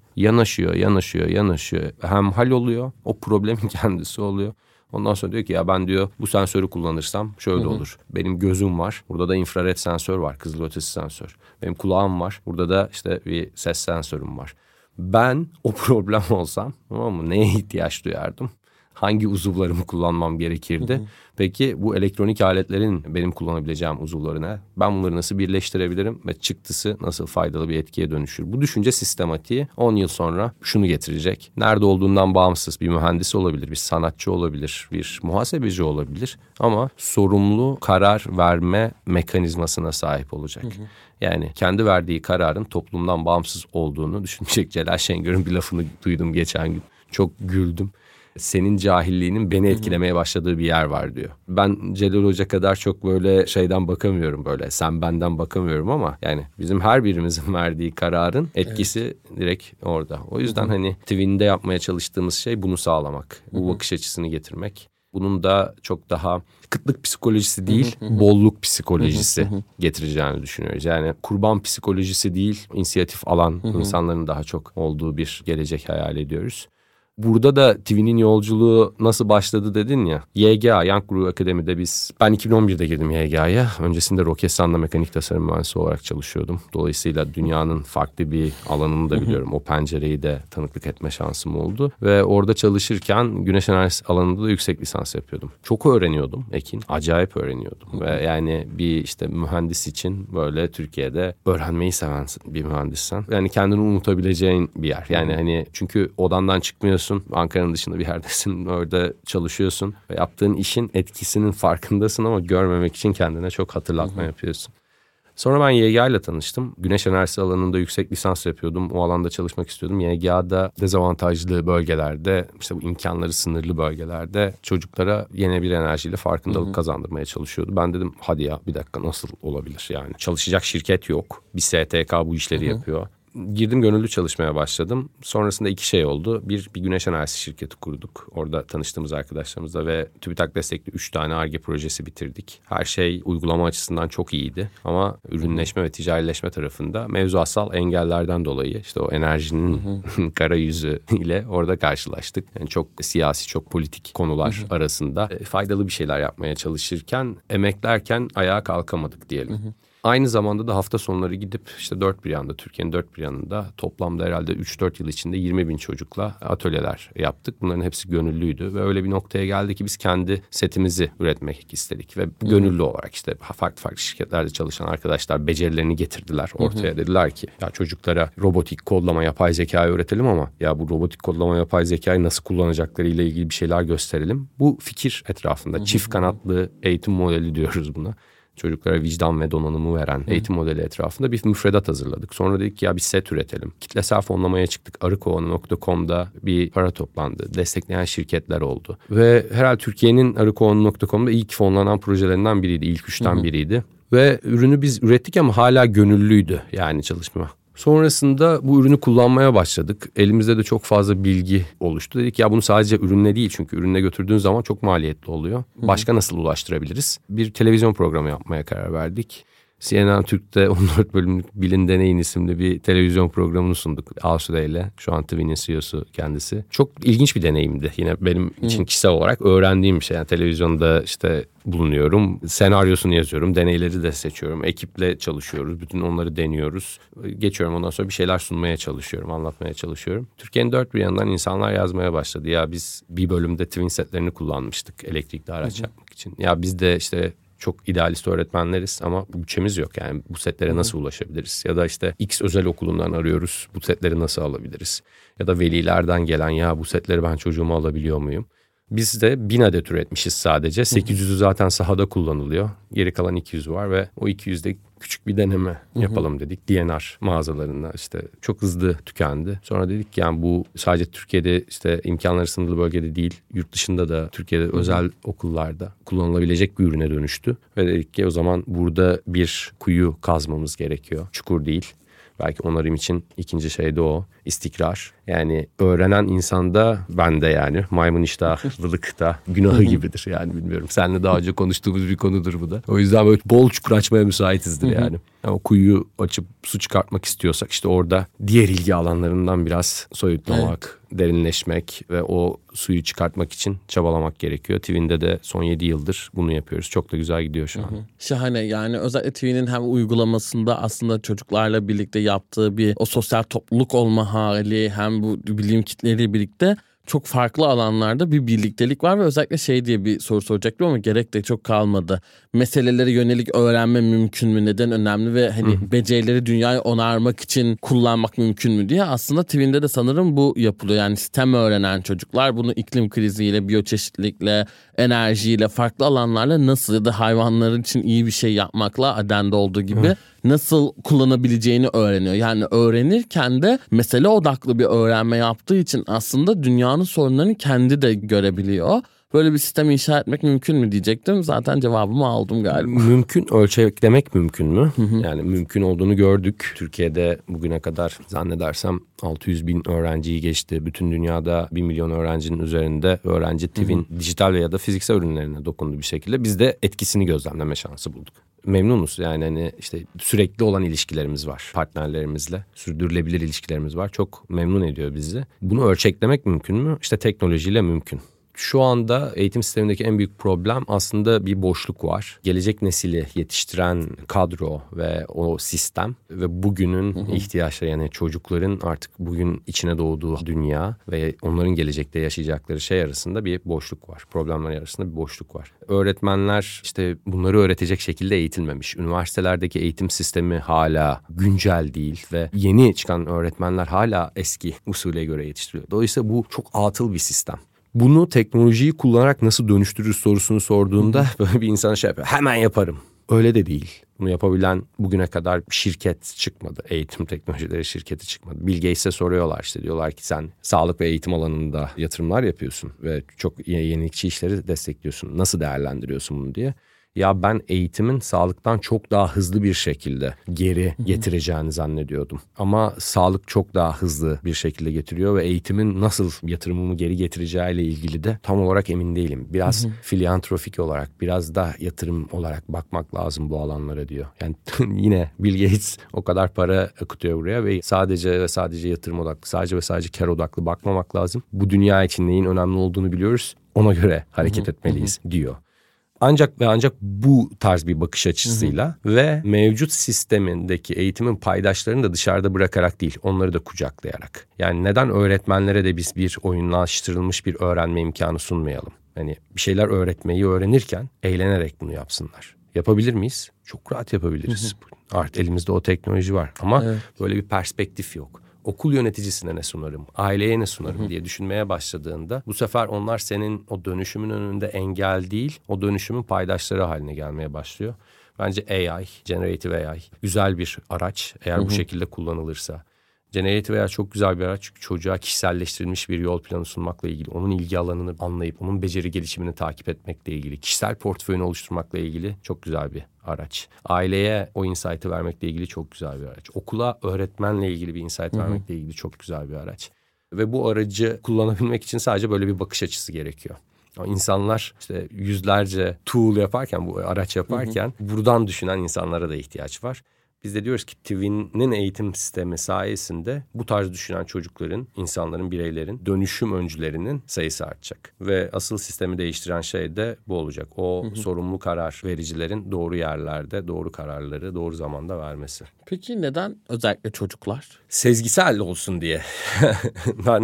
Yanaşıyor. Hem hal oluyor, o problemin kendisi oluyor. Ondan sonra diyor ki ya ben diyor bu sensörü kullanırsam şöyle olur. Benim gözüm var. Burada da infrared sensör var. Kızılötesi sensör. Benim kulağım var. Burada da işte bir ses sensörüm var. Ben o problem olsam, tamam mı, neye ihtiyaç duyardım? Hangi uzuvlarımı kullanmam gerekirdi? Peki bu elektronik aletlerin benim kullanabileceğim uzuvları ne? Ben bunları nasıl birleştirebilirim ve çıktısı nasıl faydalı bir etkiye dönüşür? Bu düşünce sistematiği 10 yıl sonra şunu getirecek. Nerede olduğundan bağımsız bir mühendis olabilir, bir sanatçı olabilir, bir muhasebeci olabilir. Ama sorumlu karar verme mekanizmasına sahip olacak. Yani kendi verdiği kararın toplumdan bağımsız olduğunu düşünecek. Celal Şengör'ün bir lafını duydum geçen gün. Çok güldüm. Senin cahilliğinin beni etkilemeye başladığı bir yer var diyor. Ben Celal Hoca kadar çok böyle şeyden bakamıyorum, böyle sen benden bakamıyorum ama yani bizim her birimizin verdiği kararın etkisi direkt orada. O yüzden hani TV'nde yapmaya çalıştığımız şey bunu sağlamak. Bu bakış açısını getirmek. Bunun da çok daha kıtlık psikolojisi değil, bolluk psikolojisi getireceğini düşünüyoruz. Yani kurban psikolojisi değil, inisiyatif alan insanların daha çok olduğu bir gelecek hayal ediyoruz. Burada da TV'nin yolculuğu nasıl başladı dedin ya. YGA, Young Guru Akademi'de ben 2011'de girdim YGA'ya. Öncesinde Roketsan'da mekanik tasarım mühendisi olarak çalışıyordum. Dolayısıyla dünyanın farklı bir alanını da biliyorum. O pencereyi de tanıklık etme şansım oldu. Ve orada çalışırken güneş enerjisi alanında da yüksek lisans yapıyordum. Çok öğreniyordum Ekin. Acayip öğreniyordum. Ve yani bir işte mühendis için böyle Türkiye'de öğrenmeyi seven bir mühendissen. Yani kendini unutabileceğin bir yer. Yani hani çünkü odandan çıkmıyorsun. Ankara'nın dışında bir yerdesin, orada çalışıyorsun ve yaptığın işin etkisinin farkındasın ama görmemek için kendine çok hatırlatma yapıyorsun. Sonra ben YGA ile tanıştım. Güneş enerjisi alanında yüksek lisans yapıyordum. O alanda çalışmak istiyordum. YGA'da dezavantajlı bölgelerde, işte bu imkanları sınırlı bölgelerde çocuklara yeni bir enerjiyle farkındalık kazandırmaya çalışıyordu. Ben dedim hadi ya bir dakika nasıl olabilir yani? Çalışacak şirket yok. Bir STK bu işleri yapıyor. girdim, gönüllü çalışmaya başladım. Sonrasında 2 şey oldu. Bir güneş enerjisi şirketi kurduk. Orada tanıştığımız arkadaşlarımızla ve TÜBİTAK destekli 3 tane Ar-Ge projesi bitirdik. Her şey uygulama açısından çok iyiydi. Ama ürünleşme ve ticarileşme tarafında mevzuatsal engellerden dolayı işte o enerjinin kara yüzü ile orada karşılaştık. Yani çok siyasi, çok politik konular arasında faydalı bir şeyler yapmaya çalışırken, emeklerken ayağa kalkamadık diyelim. Aynı zamanda da hafta sonları gidip işte dört bir yanda, Türkiye'nin dört bir yanında toplamda herhalde 3-4 yıl içinde 20.000 çocukla atölyeler yaptık. Bunların hepsi gönüllüydü ve öyle bir noktaya geldi ki biz kendi setimizi üretmek istedik. Ve gönüllü olarak işte farklı şirketlerde çalışan arkadaşlar becerilerini getirdiler ortaya. Dediler ki ya çocuklara robotik kodlama, yapay zekayı öğretelim ama ya bu robotik kodlama, yapay zekayı nasıl kullanacakları ile ilgili bir şeyler gösterelim. Bu fikir etrafında çift kanatlı eğitim modeli diyoruz buna. Çocuklara vicdan ve donanımı veren eğitim modeli etrafında bir müfredat hazırladık. Sonra dedik ki ya bir set üretelim. Kitlesel fonlamaya çıktık. Arıkovan.com'da bir para toplandı. Destekleyen şirketler oldu. Ve herhalde Türkiye'nin Arıkovan.com'da ilk fonlanan projelerinden biriydi. İlk 3'ten biriydi. Ve ürünü biz ürettik ama hala gönüllüydü yani çalışma. Sonrasında bu ürünü kullanmaya başladık. Elimizde de çok fazla bilgi oluştu. Dedik ya bunu sadece ürünle değil, çünkü ürünle götürdüğün zaman çok maliyetli oluyor. Başka nasıl ulaştırabiliriz? Bir televizyon programı yapmaya karar verdik. CNN Türk'te 14 bölümlük Bilin Deneyin isimli bir televizyon programını sunduk Asude ile. Şu an TV'nin CEO'su kendisi. Çok ilginç bir deneyimdi. Yine benim için kişisel olarak öğrendiğim bir şey. Yani televizyonda işte bulunuyorum. Senaryosunu yazıyorum. Deneyleri de seçiyorum. Ekiple çalışıyoruz. Bütün onları deniyoruz. Geçiyorum, ondan sonra bir şeyler sunmaya çalışıyorum. Anlatmaya çalışıyorum. Türkiye'nin dört bir yanından insanlar yazmaya başladı. Ya biz bir bölümde twin setlerini kullanmıştık elektrikli araç yapmak için. Ya biz de işte çok idealist öğretmenleriz ama bütçemiz yok. Yani bu setlere nasıl ulaşabiliriz? Ya da işte X özel okulundan arıyoruz. Bu setleri nasıl alabiliriz? Ya da velilerden gelen ya bu setleri ben çocuğuma alabiliyor muyum? Biz de 1000 adet üretmişiz sadece. 800'ü zaten sahada kullanılıyor. Geri kalan 200 var ve o 200'de küçük bir deneme yapalım dedik. DNR mağazalarında işte çok hızlı tükendi. Sonra dedik ki yani bu sadece Türkiye'de işte imkanları sınırlı bölgede değil, yurt dışında da Türkiye'de özel okullarda kullanılabilecek bir ürüne dönüştü. Ve dedik ki o zaman burada bir kuyu kazmamız gerekiyor. Çukur değil. Belki onarım için ikinci şey de o. İstikrar. Yani öğrenen insanda, ben de yani maymun iştahlılık da günahı gibidir. Yani bilmiyorum. Seninle daha önce konuştuğumuz bir konudur bu da. O yüzden böyle bol çukur açmaya müsaitizdir yani. Ama kuyuyu açıp su çıkartmak istiyorsak işte orada diğer ilgi alanlarından biraz soyutlamak, derinleşmek ve o suyu çıkartmak için çabalamak gerekiyor. TV'nde de son 7 yıldır bunu yapıyoruz. Çok da güzel gidiyor şu an. Şahane, yani özellikle TV'nin hem uygulamasında aslında çocuklarla birlikte yaptığı bir o sosyal topluluk olma hali, hem bu bilim kitleriyle birlikte çok farklı alanlarda bir birliktelik var ve özellikle şey diye bir soru soracaktım ama gerek de çok kalmadı. Meselelere yönelik öğrenme mümkün mü? Neden önemli ve hani becerileri dünyayı onarmak için kullanmak mümkün mü diye aslında TV'nde de sanırım bu yapılıyor. Yani STEM öğrenen çocuklar bunu iklim kriziyle, biyoçeşitlilikle, enerjiyle, farklı alanlarla nasıl ya da hayvanların için iyi bir şey yapmakla Aden'de olduğu gibi nasıl kullanabileceğini öğreniyor. Yani öğrenirken de mesele odaklı bir öğrenme yaptığı için aslında dünyanın sorunlarını kendi de görebiliyor. Böyle bir sistemi inşa etmek mümkün mü diyecektim. Zaten cevabımı aldım galiba. Mümkün, ölçeklemek mümkün mü? Yani mümkün olduğunu gördük. Türkiye'de bugüne kadar zannedersem 600 bin öğrenciyi geçti. Bütün dünyada 1 milyon öğrencinin üzerinde öğrenci TV'nin dijital ya da fiziksel ürünlerine dokundu bir şekilde. Biz de etkisini gözlemleme şansı bulduk. Memnunuz yani, hani işte sürekli olan ilişkilerimiz var partnerlerimizle, sürdürülebilir ilişkilerimiz var, çok memnun ediyor bizi. Bunu ölçeklemek mümkün mü? İşte teknolojiyle mümkün. Şu anda eğitim sistemindeki en büyük problem aslında bir boşluk var. Gelecek nesili yetiştiren kadro ve o sistem ve bugünün ihtiyaçları, yani çocukların artık bugün içine doğduğu dünya ve onların gelecekte yaşayacakları şey arasında bir boşluk var. Problemler arasında bir boşluk var. Öğretmenler işte bunları öğretecek şekilde eğitilmemiş. Üniversitelerdeki eğitim sistemi hala güncel değil ve yeni çıkan öğretmenler hala eski usule göre yetiştiriliyor. Dolayısıyla bu çok atıl bir sistem. Bunu teknolojiyi kullanarak nasıl dönüştürürüz sorusunu sorduğunda böyle bir insan şey yapıyor. Hemen yaparım. Öyle de değil. Bunu yapabilen bugüne kadar şirket çıkmadı. Eğitim teknolojileri şirketi çıkmadı. Bill Gates'e soruyorlar işte. Diyorlar ki sen sağlık ve eğitim alanında yatırımlar yapıyorsun ve çok yenilikçi işleri destekliyorsun. Nasıl değerlendiriyorsun bunu diye. Ya ben eğitimin sağlıktan çok daha hızlı bir şekilde geri getireceğini zannediyordum. Ama sağlık çok daha hızlı bir şekilde getiriyor ve eğitimin nasıl yatırımımı geri getireceğiyle ilgili de tam olarak emin değilim. Biraz filantrofik olarak, biraz da yatırım olarak bakmak lazım bu alanlara diyor. Yani yine Bill Gates o kadar para akıtıyor buraya ve sadece ve sadece yatırım odaklı, sadece ve sadece kar odaklı bakmamak lazım. Bu dünya için neyin önemli olduğunu biliyoruz. Ona göre hareket etmeliyiz diyor. Ancak ve ancak bu tarz bir bakış açısıyla ve mevcut sistemindeki eğitimin paydaşlarını da dışarıda bırakarak değil, onları da kucaklayarak. Yani neden öğretmenlere de biz bir oyunlaştırılmış bir öğrenme imkanı sunmayalım? Hani bir şeyler öğretmeyi öğrenirken eğlenerek bunu yapsınlar. Yapabilir miyiz? Çok rahat yapabiliriz. Artık elimizde o teknoloji var ama böyle bir perspektif yok. Okul yöneticisine ne sunarım, aileye ne sunarım diye düşünmeye başladığında bu sefer onlar senin o dönüşümün önünde engel değil, o dönüşümün paydaşları haline gelmeye başlıyor. Bence AI, Generative AI güzel bir araç eğer bu şekilde kullanılırsa. Generative AI çok güzel bir araç çünkü çocuğa kişiselleştirilmiş bir yol planı sunmakla ilgili, onun ilgi alanını anlayıp onun beceri gelişimini takip etmekle ilgili, kişisel portföyünü oluşturmakla ilgili çok güzel bir araç. Aileye o insight'ı vermekle ilgili çok güzel bir araç. Okula öğretmenle ilgili bir insight vermekle ilgili çok güzel bir araç. Ve bu aracı kullanabilmek için sadece böyle bir bakış açısı gerekiyor. İnsanlar işte yüzlerce tool yaparken, bu araç yaparken buradan düşünen insanlara da ihtiyaç var. Biz de diyoruz ki Twin'in eğitim sistemi sayesinde bu tarz düşünen çocukların, insanların, bireylerin, dönüşüm öncülerinin sayısı artacak. Ve asıl sistemi değiştiren şey de bu olacak. O sorumlu karar vericilerin doğru yerlerde, doğru kararları doğru zamanda vermesi. Peki neden özellikle çocuklar? Sezgisel olsun diye. Ben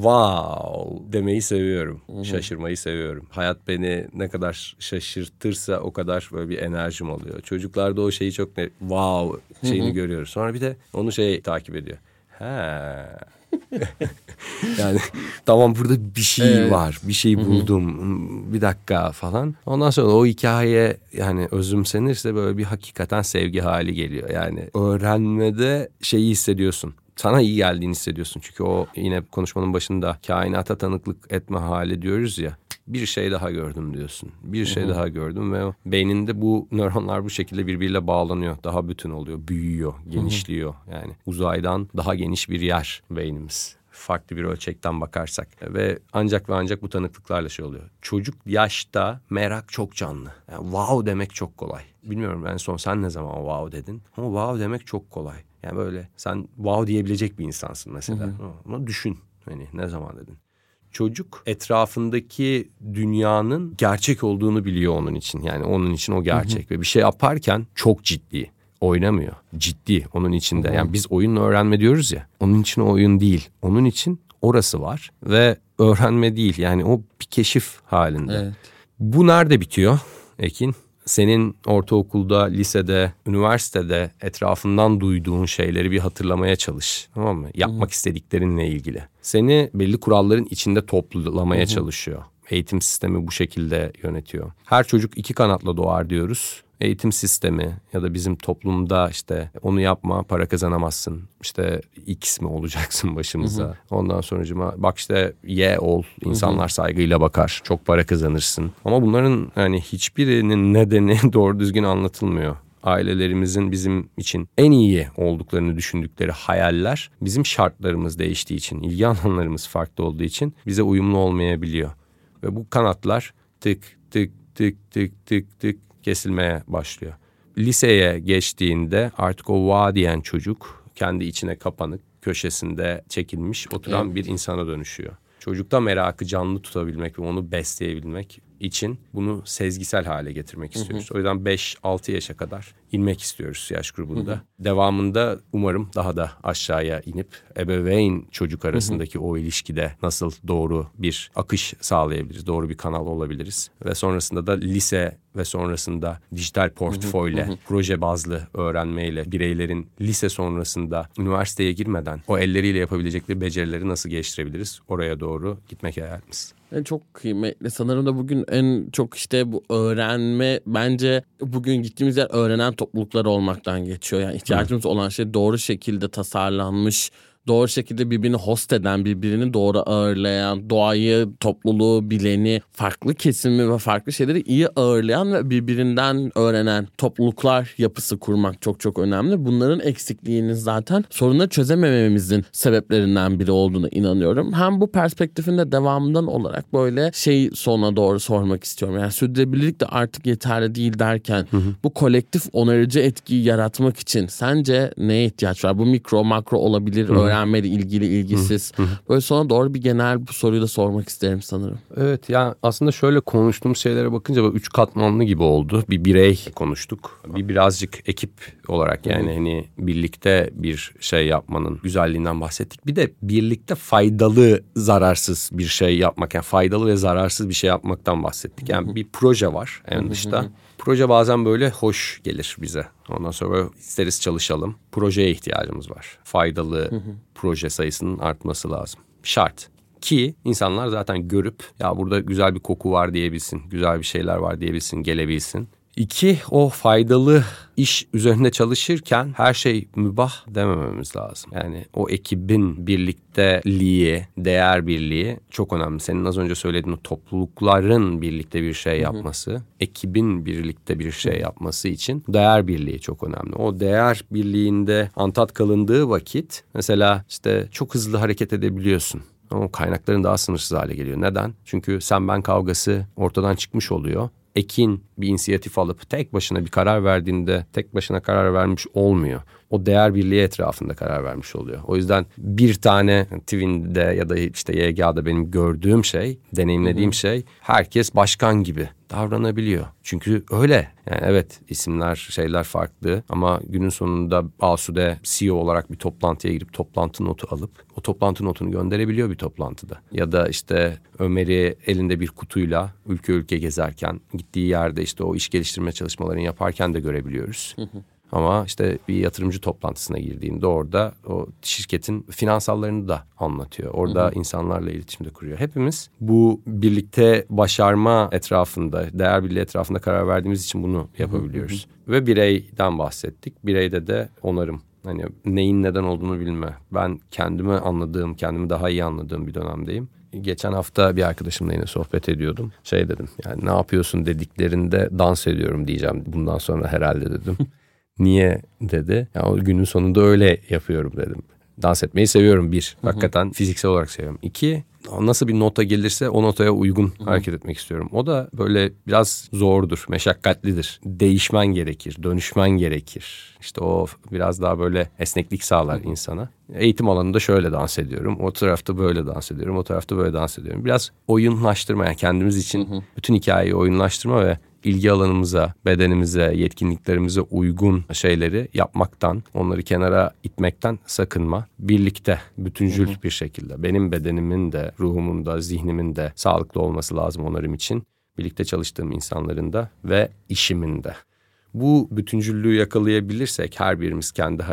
wow demeyi seviyorum. Şaşırmayı seviyorum. Hayat beni ne kadar şaşırtırsa o kadar böyle bir enerjim oluyor. Çocuklarda o şeyi çok wow şeyini görüyoruz. Sonra bir de onu takip ediyor. Yani tamam, burada bir şey var. Bir şey buldum. Bir dakika falan. Ondan sonra o hikaye yani özümsenirse böyle bir hakikaten sevgi hali geliyor. Yani öğrenmede şeyi hissediyorsun. Sana iyi geldiğini hissediyorsun. Çünkü o yine konuşmanın başında kainata tanıklık etme hali diyoruz ya. Bir şey daha gördüm diyorsun. Bir şey daha gördüm ve beyninde bu nöronlar bu şekilde birbiriyle bağlanıyor. Daha bütün oluyor, büyüyor, genişliyor. Yani uzaydan daha geniş bir yer beynimiz. Farklı bir ölçekten bakarsak. Ve ancak bu tanıklıklarla şey oluyor. Çocuk yaşta merak çok canlı. Yani wow demek çok kolay. Bilmiyorum en son sen ne zaman wow dedin. Ama wow demek çok kolay. Yani böyle sen wow diyebilecek bir insansın mesela. Ama düşün hani ne zaman dedin. Çocuk etrafındaki dünyanın gerçek olduğunu biliyor onun için. Yani onun için o gerçek. Ve bir şey yaparken çok ciddi. Oynamıyor. Ciddi onun içinde. Yani biz oyunla öğrenme diyoruz ya. Onun için o oyun değil. Onun için orası var. Ve öğrenme değil. Yani o bir keşif halinde. Evet. Bu nerede bitiyor Ekin? Senin ortaokulda, lisede, üniversitede etrafından duyduğun şeyleri bir hatırlamaya çalış. Tamam mı? Yapmak istediklerinle ilgili. Seni belli kuralların içinde toplamaya çalışıyor. Eğitim sistemi bu şekilde yönetiyor. Her çocuk iki kanatla doğar diyoruz. Eğitim sistemi ya da bizim toplumda işte onu yapma, para kazanamazsın. İşte X mi olacaksın başımıza. Ondan sonucuma bak işte Y ol. İnsanlar saygıyla bakar. Çok para kazanırsın. Ama bunların yani hiçbirinin nedeni doğru düzgün anlatılmıyor. Ailelerimizin bizim için en iyi olduklarını düşündükleri hayaller bizim şartlarımız değiştiği için, ilgi alanlarımız farklı olduğu için bize uyumlu olmayabiliyor. Ve bu kanatlar tık tık tık tık tık tık kesilmeye başlıyor. Liseye geçtiğinde artık o va diyen çocuk kendi içine kapanık, köşesinde çekilmiş oturan bir insana dönüşüyor. Çocukta merakı canlı tutabilmek ve onu besleyebilmek için bunu sezgisel hale getirmek istiyoruz. O yüzden 5-6 yaşa kadar inmek istiyoruz yaş grubunda. Devamında umarım daha da aşağıya inip ebeveyn çocuk arasındaki o ilişkide nasıl doğru bir akış sağlayabiliriz, doğru bir kanal olabiliriz. Ve sonrasında da lise ve sonrasında dijital portföyle, proje bazlı öğrenmeyle bireylerin lise sonrasında üniversiteye girmeden o elleriyle yapabilecekleri becerileri nasıl geliştirebiliriz? Oraya doğru gitmek hayalimiz. Çok kıymetli. Sanırım da bugün en çok işte bu öğrenme, bence bugün gittiğimiz yer öğrenen topluluklar olmaktan geçiyor. Yani ihtiyacımız olan şey doğru şekilde tasarlanmış, doğru şekilde birbirini host eden, birbirini doğru ağırlayan, doğayı, topluluğu, bileni, farklı kesimi ve farklı şeyleri iyi ağırlayan ve birbirinden öğrenen topluluklar yapısı kurmak çok çok önemli. Bunların eksikliğinin zaten sorunları çözemememizin sebeplerinden biri olduğuna inanıyorum. Hem bu perspektifin de devamından olarak böyle sona doğru sormak istiyorum. Yani sürdürülebilirlik de artık yeterli değil derken bu kolektif onarıcı etkiyi yaratmak için sence neye ihtiyaç var? Bu mikro makro olabilir, öğrenmeyle ilgili ilgisiz. Böyle sona doğru bir genel bu soruyu da sormak isterim sanırım. Evet, yani aslında şöyle konuştuğum şeylere bakınca böyle 3 katmanlı gibi oldu. Bir birey konuştuk. Birazcık ekip olarak yani hani birlikte bir şey yapmanın güzelliğinden bahsettik. Bir de birlikte faydalı, zararsız bir şey yapmak. Yani faydalı ve zararsız bir şey yapmaktan bahsettik. Yani bir proje var en dışta. Proje bazen böyle hoş gelir bize. Ondan sonra isteriz çalışalım. Projeye ihtiyacımız var. Faydalı proje sayısının artması lazım. Şart. Ki insanlar zaten görüp ya burada güzel bir koku var diyebilsin. Güzel bir şeyler var diyebilsin, gelebilsin. 2, o faydalı iş üzerinde çalışırken her şey mübah demememiz lazım. Yani o ekibin birlikteliği, değer birliği çok önemli. Senin az önce söylediğin o toplulukların birlikte bir şey yapması, ekibin birlikte bir şey yapması için değer birliği çok önemli. O değer birliğinde antat kalındığı vakit mesela işte çok hızlı hareket edebiliyorsun. Ama kaynakların daha sınırsız hale geliyor. Neden? Çünkü sen ben kavgası ortadan çıkmış oluyor. Ekin bir inisiyatif alıp tek başına bir karar verdiğinde tek başına karar vermiş olmuyor. O değer birliği etrafında karar vermiş oluyor. O yüzden bir tane Twin'de ya da işte YGA'da benim gördüğüm şey, deneyimlediğim şey herkes başkan gibi davranabiliyor. Çünkü öyle. Yani evet isimler, şeyler farklı ama günün sonunda Asude CEO olarak bir toplantıya girip toplantı notu alıp o toplantı notunu gönderebiliyor bir toplantıda. Ya da işte Ömer'i elinde bir kutuyla ülke ülke gezerken gittiği yerde işte o iş geliştirme çalışmalarını yaparken de görebiliyoruz. Ama işte bir yatırımcı toplantısına girdiğinde orada o şirketin finansallarını da anlatıyor. Orada insanlarla iletişimde kuruyor. Hepimiz bu birlikte başarma etrafında, değer birliği etrafında karar verdiğimiz için bunu yapabiliyoruz. Ve bireyden bahsettik. Bireyde de onarım. Hani neyin neden olduğunu bilme. Ben kendimi daha iyi anladığım bir dönemdeyim. Geçen hafta bir arkadaşımla yine sohbet ediyordum. Dedim yani ne yapıyorsun dediklerinde dans ediyorum diyeceğim. Bundan sonra herhalde dedim. Niye dedi. Ya o günün sonunda öyle yapıyorum dedim. Dans etmeyi seviyorum bir. Hakikaten fiziksel olarak seviyorum. 2, nasıl bir nota gelirse o notaya uygun hareket etmek istiyorum. O da böyle biraz zordur, meşakkatlidir. Değişmen gerekir, dönüşmen gerekir. İşte o biraz daha böyle esneklik sağlar insana. Eğitim alanında şöyle dans ediyorum. O tarafta böyle dans ediyorum. O tarafta böyle dans ediyorum. Biraz oyunlaştırma, yani kendimiz için bütün hikayeyi oyunlaştırma ve ilgi alanımıza, bedenimize, yetkinliklerimize uygun şeyleri yapmaktan, onları kenara itmekten sakınma. Birlikte, bütüncül bir şekilde benim bedenimin de, ruhumun da, zihnimin de sağlıklı olması lazım onarım için. Birlikte çalıştığım insanların da ve işimin de. Bu bütüncüllüğü yakalayabilirsek her birimiz kendi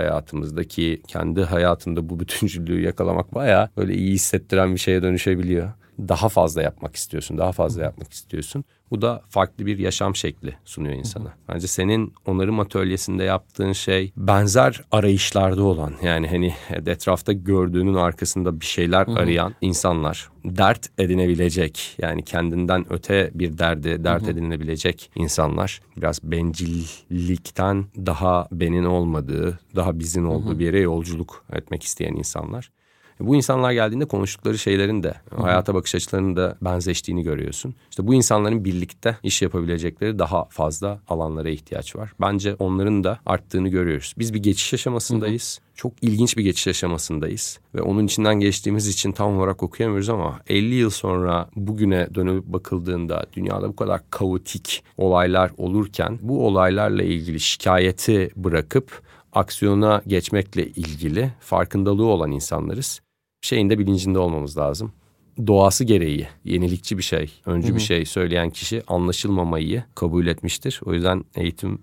hayatında bu bütüncüllüğü yakalamak bayağı böyle iyi hissettiren bir şeye dönüşebiliyor. Daha fazla yapmak istiyorsun. Bu da farklı bir yaşam şekli sunuyor insana. Bence senin onarım atölyesinde yaptığın şey benzer arayışlarda olan, yani hani etrafta gördüğünün arkasında bir şeyler arayan insanlar, dert edinebilecek, yani kendinden öte bir dert edinebilecek insanlar, biraz bencillikten daha benin olmadığı, daha bizin olduğu bir yere yolculuk etmek isteyen insanlar. Bu insanlar geldiğinde konuştukları şeylerin de hayata bakış açılarının da benzeştiğini görüyorsun. İşte bu insanların birlikte iş yapabilecekleri daha fazla alanlara ihtiyaç var. Bence onların da arttığını görüyoruz. Biz bir geçiş aşamasındayız. Çok ilginç bir geçiş aşamasındayız. Ve onun içinden geçtiğimiz için tam olarak okuyamıyoruz ama 50 yıl sonra bugüne dönüp bakıldığında dünyada bu kadar kaotik olaylar olurken bu olaylarla ilgili şikayeti bırakıp aksiyona geçmekle ilgili farkındalığı olan insanlarız. Şeyin de bilincinde olmamız lazım. Doğası gereği yenilikçi bir şey, öncü bir şey söyleyen kişi anlaşılmamayı kabul etmiştir. O yüzden eğitim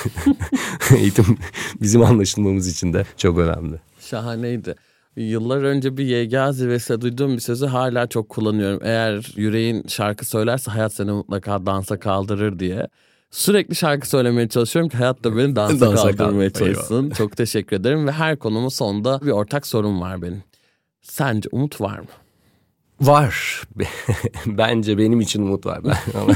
bizim anlaşılmamız için de çok önemli. Şahaneydi. Yıllar önce bir YGA zirvesinde duyduğum bir sözü hala çok kullanıyorum. Eğer yüreğin şarkı söylerse hayat seni mutlaka dansa kaldırır diye. Sürekli şarkı söylemeye çalışıyorum ki hayat da beni dansa kaldırmaya kaldırmıyor. çalışsın. Çok teşekkür ederim ve her konumun sonunda bir ortak sorum var benim. Sence umut var mı? Var. Bence benim için umut var.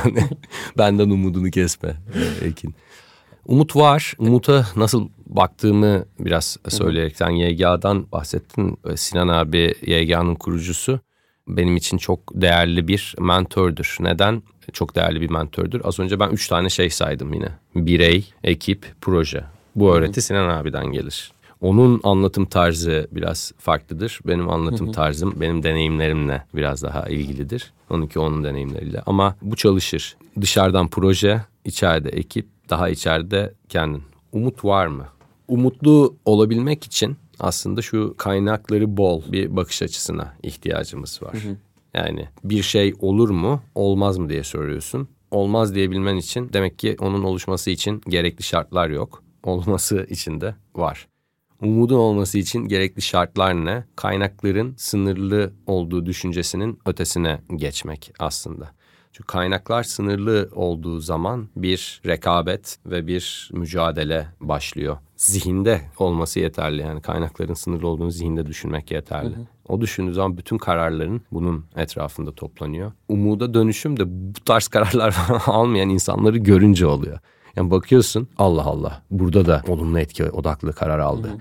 Benden umudunu kesme Ekin. Umut var. Umut'a nasıl baktığımı biraz söyleyerek, sen YGA'dan bahsettin. Sinan abi YGA'nın kurucusu. Benim için çok değerli bir mentördür. Neden? Çok değerli bir mentördür. Az önce ben 3 tane şey saydım yine. Birey, ekip, proje. Bu öğreti Sinan abiden gelir. Onun anlatım tarzı biraz farklıdır. Benim anlatım tarzım benim deneyimlerimle biraz daha ilgilidir. Onunki onun deneyimleriyle. Ama bu çalışır. Dışarıdan proje, içeride ekip, daha içeride kendin. Umut var mı? Umutlu olabilmek için aslında şu kaynakları bol bir bakış açısına ihtiyacımız var. Yani bir şey olur mu, olmaz mı diye soruyorsun. Olmaz diyebilmen için demek ki onun oluşması için gerekli şartlar yok. Olması için de var. Umudun olması için gerekli şartlar ne? Kaynakların sınırlı olduğu düşüncesinin ötesine geçmek aslında. Çünkü kaynaklar sınırlı olduğu zaman bir rekabet ve bir mücadele başlıyor. Zihinde olması yeterli. Yani kaynakların sınırlı olduğunu zihinde düşünmek yeterli. O düşündüğü zaman bütün kararların bunun etrafında toplanıyor. Umuda dönüşüm de bu tarz kararlar almayan insanları görünce oluyor. Yani bakıyorsun, Allah Allah, burada da olumlu etki odaklı karar aldı.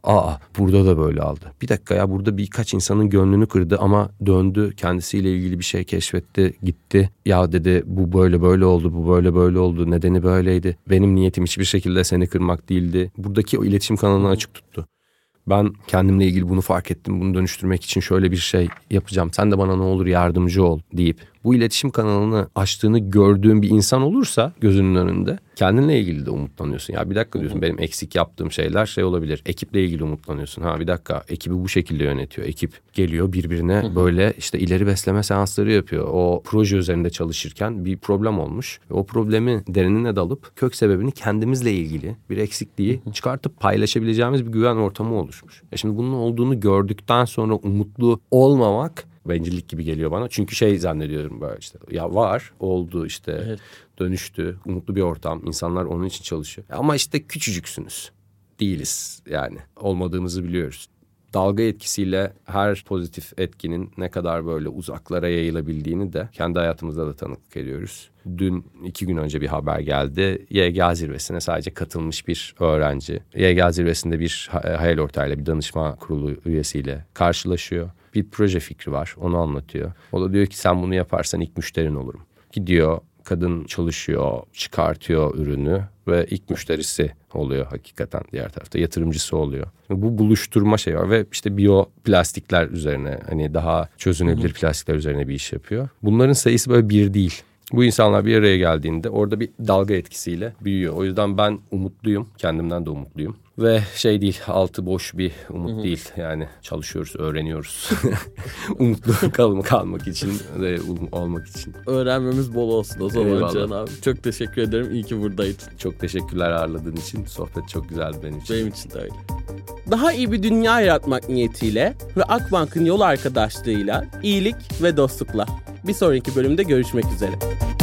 Burada da böyle aldı. Bir dakika ya, burada birkaç insanın gönlünü kırdı ama döndü, kendisiyle ilgili bir şey keşfetti, gitti. Ya dedi, bu böyle oldu, bu böyle oldu, nedeni böyleydi. Benim niyetim hiçbir şekilde seni kırmak değildi. Buradaki o iletişim kanalını açık tuttu. Ben kendimle ilgili bunu fark ettim, bunu dönüştürmek için şöyle bir şey yapacağım. Sen de bana ne olur yardımcı ol deyip bu iletişim kanalını açtığını gördüğün bir insan olursa gözünün önünde kendinle ilgili de umutlanıyorsun. Ya bir dakika diyorsun, benim eksik yaptığım şeyler şey olabilir. Ekiple ilgili umutlanıyorsun. Ha bir dakika, ekibi bu şekilde yönetiyor. Ekip geliyor birbirine böyle işte ileri besleme seansları yapıyor. O proje üzerinde çalışırken bir problem olmuş. O problemi derinine dalıp kök sebebini kendimizle ilgili bir eksikliği çıkartıp paylaşabileceğimiz bir güven ortamı oluşmuş. Şimdi bunun olduğunu gördükten sonra umutlu olmamak bencillik gibi geliyor bana. Çünkü şey zannediyorum böyle işte, ya var, oldu işte, evet, dönüştü, umutlu bir ortam, insanlar onun için çalışıyor. Ama işte küçücüksünüz, değiliz yani, olmadığımızı biliyoruz. Dalga etkisiyle her pozitif etkinin ne kadar böyle uzaklara yayılabildiğini de kendi hayatımızda da tanıklık ediyoruz. Dün 2 gün önce bir haber geldi. YGA zirvesine sadece katılmış bir öğrenci. YGA zirvesinde bir hayal ortağıyla, bir danışma kurulu üyesiyle karşılaşıyor. Bir proje fikri var, onu anlatıyor. O da diyor ki sen bunu yaparsan ilk müşterin olurum. Gidiyor, kadın çalışıyor, çıkartıyor ürünü ve ilk müşterisi oluyor hakikaten, diğer tarafta yatırımcısı oluyor. Bu buluşturma şey var ve işte biyoplastikler üzerine, hani daha çözünebilir plastikler üzerine bir iş yapıyor. Bunların sayısı böyle bir değil. Bu insanlar bir araya geldiğinde orada bir dalga etkisiyle büyüyor. O yüzden ben umutluyum, kendimden de umutluyum. Ve şey değil, altı boş bir umut değil. Yani çalışıyoruz, öğreniyoruz. Umutlu kalmak için ve olmak için. Öğrenmemiz bol olsun o zaman. Eyvallah. Can abi. Çok teşekkür ederim. İyi ki buradaydın. Çok teşekkürler ağırladığın için. Sohbet çok güzeldi benim için. Benim için de öyle. Daha iyi bir dünya yaratmak niyetiyle ve Akbank'ın yol arkadaşlığıyla iyilik ve dostlukla. Bir sonraki bölümde görüşmek üzere.